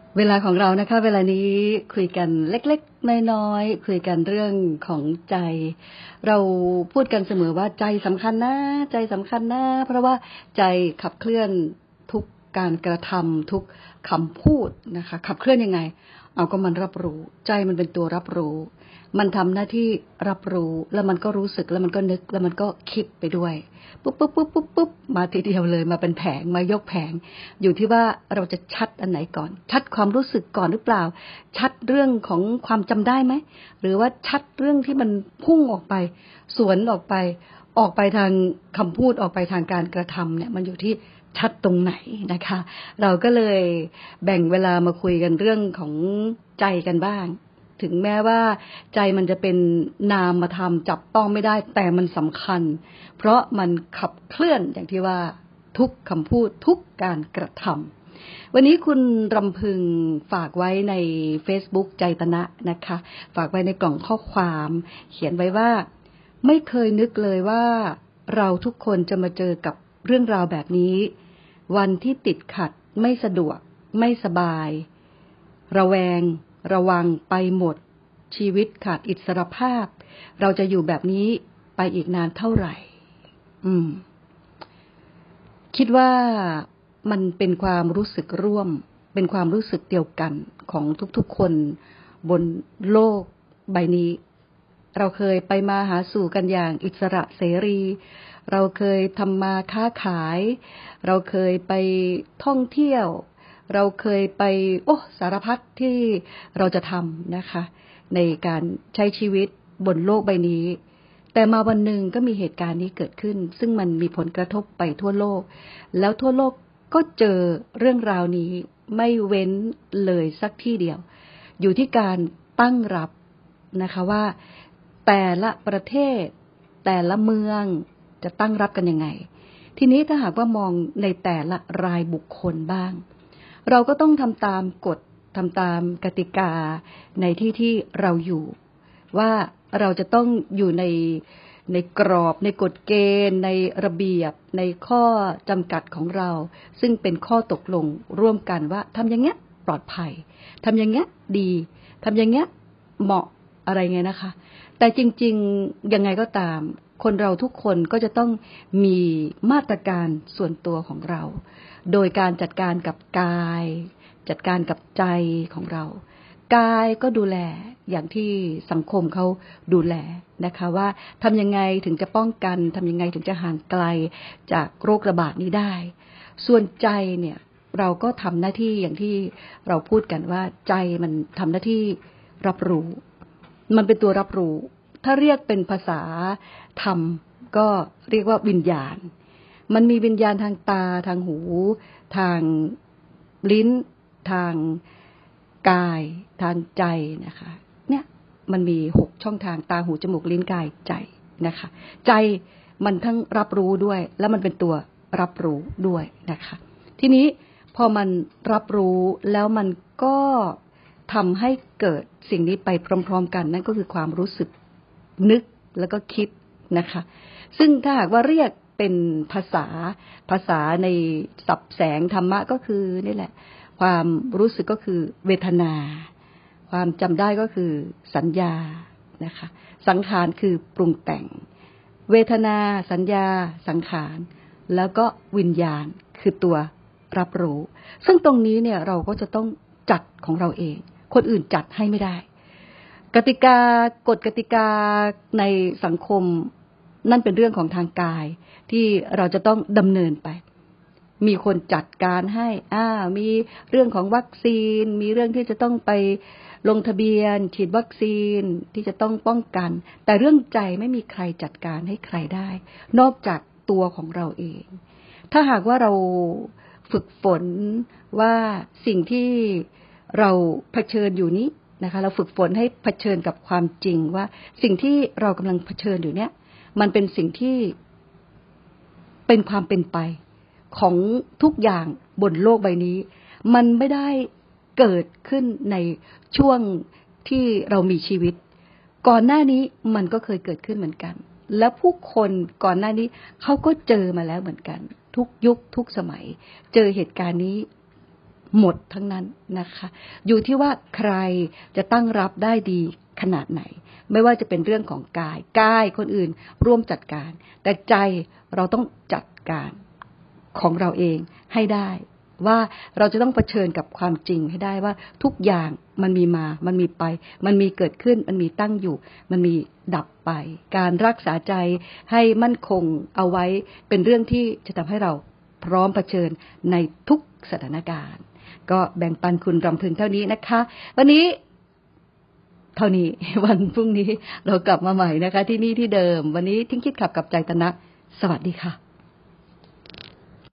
เวลาของเรานะคะเวลานี้คุยกันเล็กๆน้อยๆคุยกันเรื่องของใจเราพูดกันเสมอว่าใจสำคัญนะใจสำคัญนะเพราะว่าใจขับเคลื่อนทุกการกระทำทุกคำพูดนะคะขับเคลื่อนยังไงเอาก็มันรับรู้ใจมันเป็นตัวรับรู้มันทำหน้าที่รับรู้แล้วมันก็รู้สึกแล้วมันก็นึกแล้วมันก็คิดไปด้วยปุ๊บปุ๊บปุ๊บปุ๊บปุ๊บมาทีเดียวเลยมาเป็นแผงมายกแผงอยู่ที่ว่าเราจะชัดอันไหนก่อนชัดความรู้สึกก่อนหรือเปล่าชัดเรื่องของความจำได้ไหมหรือว่าชัดเรื่องที่มันพุ่งออกไปสวนออกไปทางคำพูดออกไปทางการกระทำเนี่ยมันอยู่ที่ชัดตรงไหนนะคะเราก็เลยแบ่งเวลามาคุยกันเรื่องของใจกันบ้างถึงแม้ว่าใจมันจะเป็นนามธรรมจับต้องไม่ได้แต่มันสำคัญเพราะมันขับเคลื่อนอย่างที่ว่าทุกคำพูดทุกการกระทำวันนี้คุณรำพึงฝากไว้ใน Facebook ใจตนะนะคะฝากไว้ในกล่องข้อความเขียนไว้ว่าไม่เคยนึกเลยว่าเราทุกคนจะมาเจอกับเรื่องราวแบบนี้วันที่ติดขัดไม่สะดวกไม่สบายระแวงระวังไปหมดชีวิตขาดอิสรภาพเราจะอยู่แบบนี้ไปอีกนานเท่าไหร่คิดว่ามันเป็นความรู้สึกร่วมเป็นความรู้สึกเดียวกันของทุกๆคนบนโลกใบนี้เราเคยไปมาหาสู่กันอย่างอิสระเสรีเราเคยทำมาค้าขายเราเคยไปท่องเที่ยวเราเคยไปสารพัดที่เราจะทำนะคะในการใช้ชีวิตบนโลกใบนี้แต่มาวันหนึ่งก็มีเหตุการณ์นี้เกิดขึ้นซึ่งมันมีผลกระทบไปทั่วโลกแล้วทั่วโลกก็เจอเรื่องราวนี้ไม่เว้นเลยสักที่เดียวอยู่ที่การตั้งรับนะคะว่าแต่ละประเทศแต่ละเมืองจะตั้งรับกันยังไงทีนี้ถ้าหากว่ามองในแต่ละรายบุคคลบ้างเราก็ต้องทำตามกฎทำตามกติกาในที่ที่เราอยู่ว่าเราจะต้องอยู่ในกรอบในกฎเกณฑ์ในระเบียบในข้อจำกัดของเราซึ่งเป็นข้อตกลงร่วมกันว่าทำอย่างเงี้ยปลอดภัยทำอย่างเงี้ยดีทำอย่างเงี้ยเหมาะอะไรเงี้ยนะคะแต่จริงๆยังไงก็ตามคนเราทุกคนก็จะต้องมีมาตรการส่วนตัวของเราโดยการจัดการกับกายจัดการกับใจของเรากายก็ดูแลอย่างที่สังคมเขาดูแลนะคะว่าทำยังไงถึงจะป้องกันทำยังไงถึงจะห่างไกลจากโรคระบาดนี้ได้ส่วนใจเนี่ยเราก็ทำหน้าที่อย่างที่เราพูดกันว่าใจมันทำหน้าที่รับรู้มันเป็นตัวรับรู้ถ้าเรียกเป็นภาษาธรรมก็เรียกว่าวิญญาณมันมีวิญญาณทางตาทางหูทางลิ้นทางกายทางใจนะคะเนี่ยมันมี6ช่องทางตาหูจมูกลิ้นกายใจนะคะใจมันทั้งรับรู้ด้วยแล้วมันเป็นตัวรับรู้ด้วยนะคะทีนี้พอมันรับรู้แล้วมันก็ทำให้เกิดสิ่งนี้ไปพร้อมๆกันนั่นก็คือความรู้สึกนึกแล้วก็คิดนะคะซึ่งถ้าหากว่าเรียกเป็นภาษาในศัพท์แสงธรรมะก็คือนี่แหละความรู้สึกก็คือเวทนาความจำได้ก็คือสัญญานะคะสังขารคือปรุงแต่งเวทนาสัญญาสังขารแล้วก็วิญญาณคือตัวรับรู้ซึ่งตรงนี้เนี่ยเราก็จะต้องจัดของเราเองคนอื่นจัดให้ไม่ได้กติกากฎกติกาในสังคมนั่นเป็นเรื่องของทางกายที่เราจะต้องดำเนินไปมีคนจัดการให้มีเรื่องของวัคซีนมีเรื่องที่จะต้องไปลงทะเบียนฉีดวัคซีนที่จะต้องป้องกันแต่เรื่องใจไม่มีใครจัดการให้ใครได้นอกจากตัวของเราเองถ้าหากว่าเราฝึกฝนว่าสิ่งที่เราเผชิญอยู่นี้นะคะเราฝึกฝนให้เผชิญกับความจริงว่าสิ่งที่เรากำลังเผชิญอยู่เนี่ยมันเป็นสิ่งที่เป็นความเป็นไปของทุกอย่างบนโลกใบนี้มันไม่ได้เกิดขึ้นในช่วงที่เรามีชีวิตก่อนหน้านี้มันก็เคยเกิดขึ้นเหมือนกันและผู้คนก่อนหน้านี้เขาก็เจอมาแล้วเหมือนกันทุกยุคทุกสมัยเจอเหตุการณ์นี้หมดทั้งนั้นนะคะอยู่ที่ว่าใครจะตั้งรับได้ดีขนาดไหนไม่ว่าจะเป็นเรื่องของกายคนอื่นร่วมจัดการแต่ใจเราต้องจัดการของเราเองให้ได้ว่าเราจะต้องเผชิญกับความจริงให้ได้ว่าทุกอย่างมันมีมามันมีไปมันมีเกิดขึ้นมันมีตั้งอยู่มันมีดับไปการรักษาใจให้มั่นคงเอาไว้เป็นเรื่องที่จะทำให้เราพร้อมเผชิญในทุกสถานการณ์ก็แบ่งปันคุณรำพึงเท่านี้นะคะวันนี้เท่านี้วันพรุ่งนี้เรากลับมาใหม่นะคะที่นี่ที่เดิมวันนี้ทิ้งคิดขับกับใจตนะสวัสดีค่ะ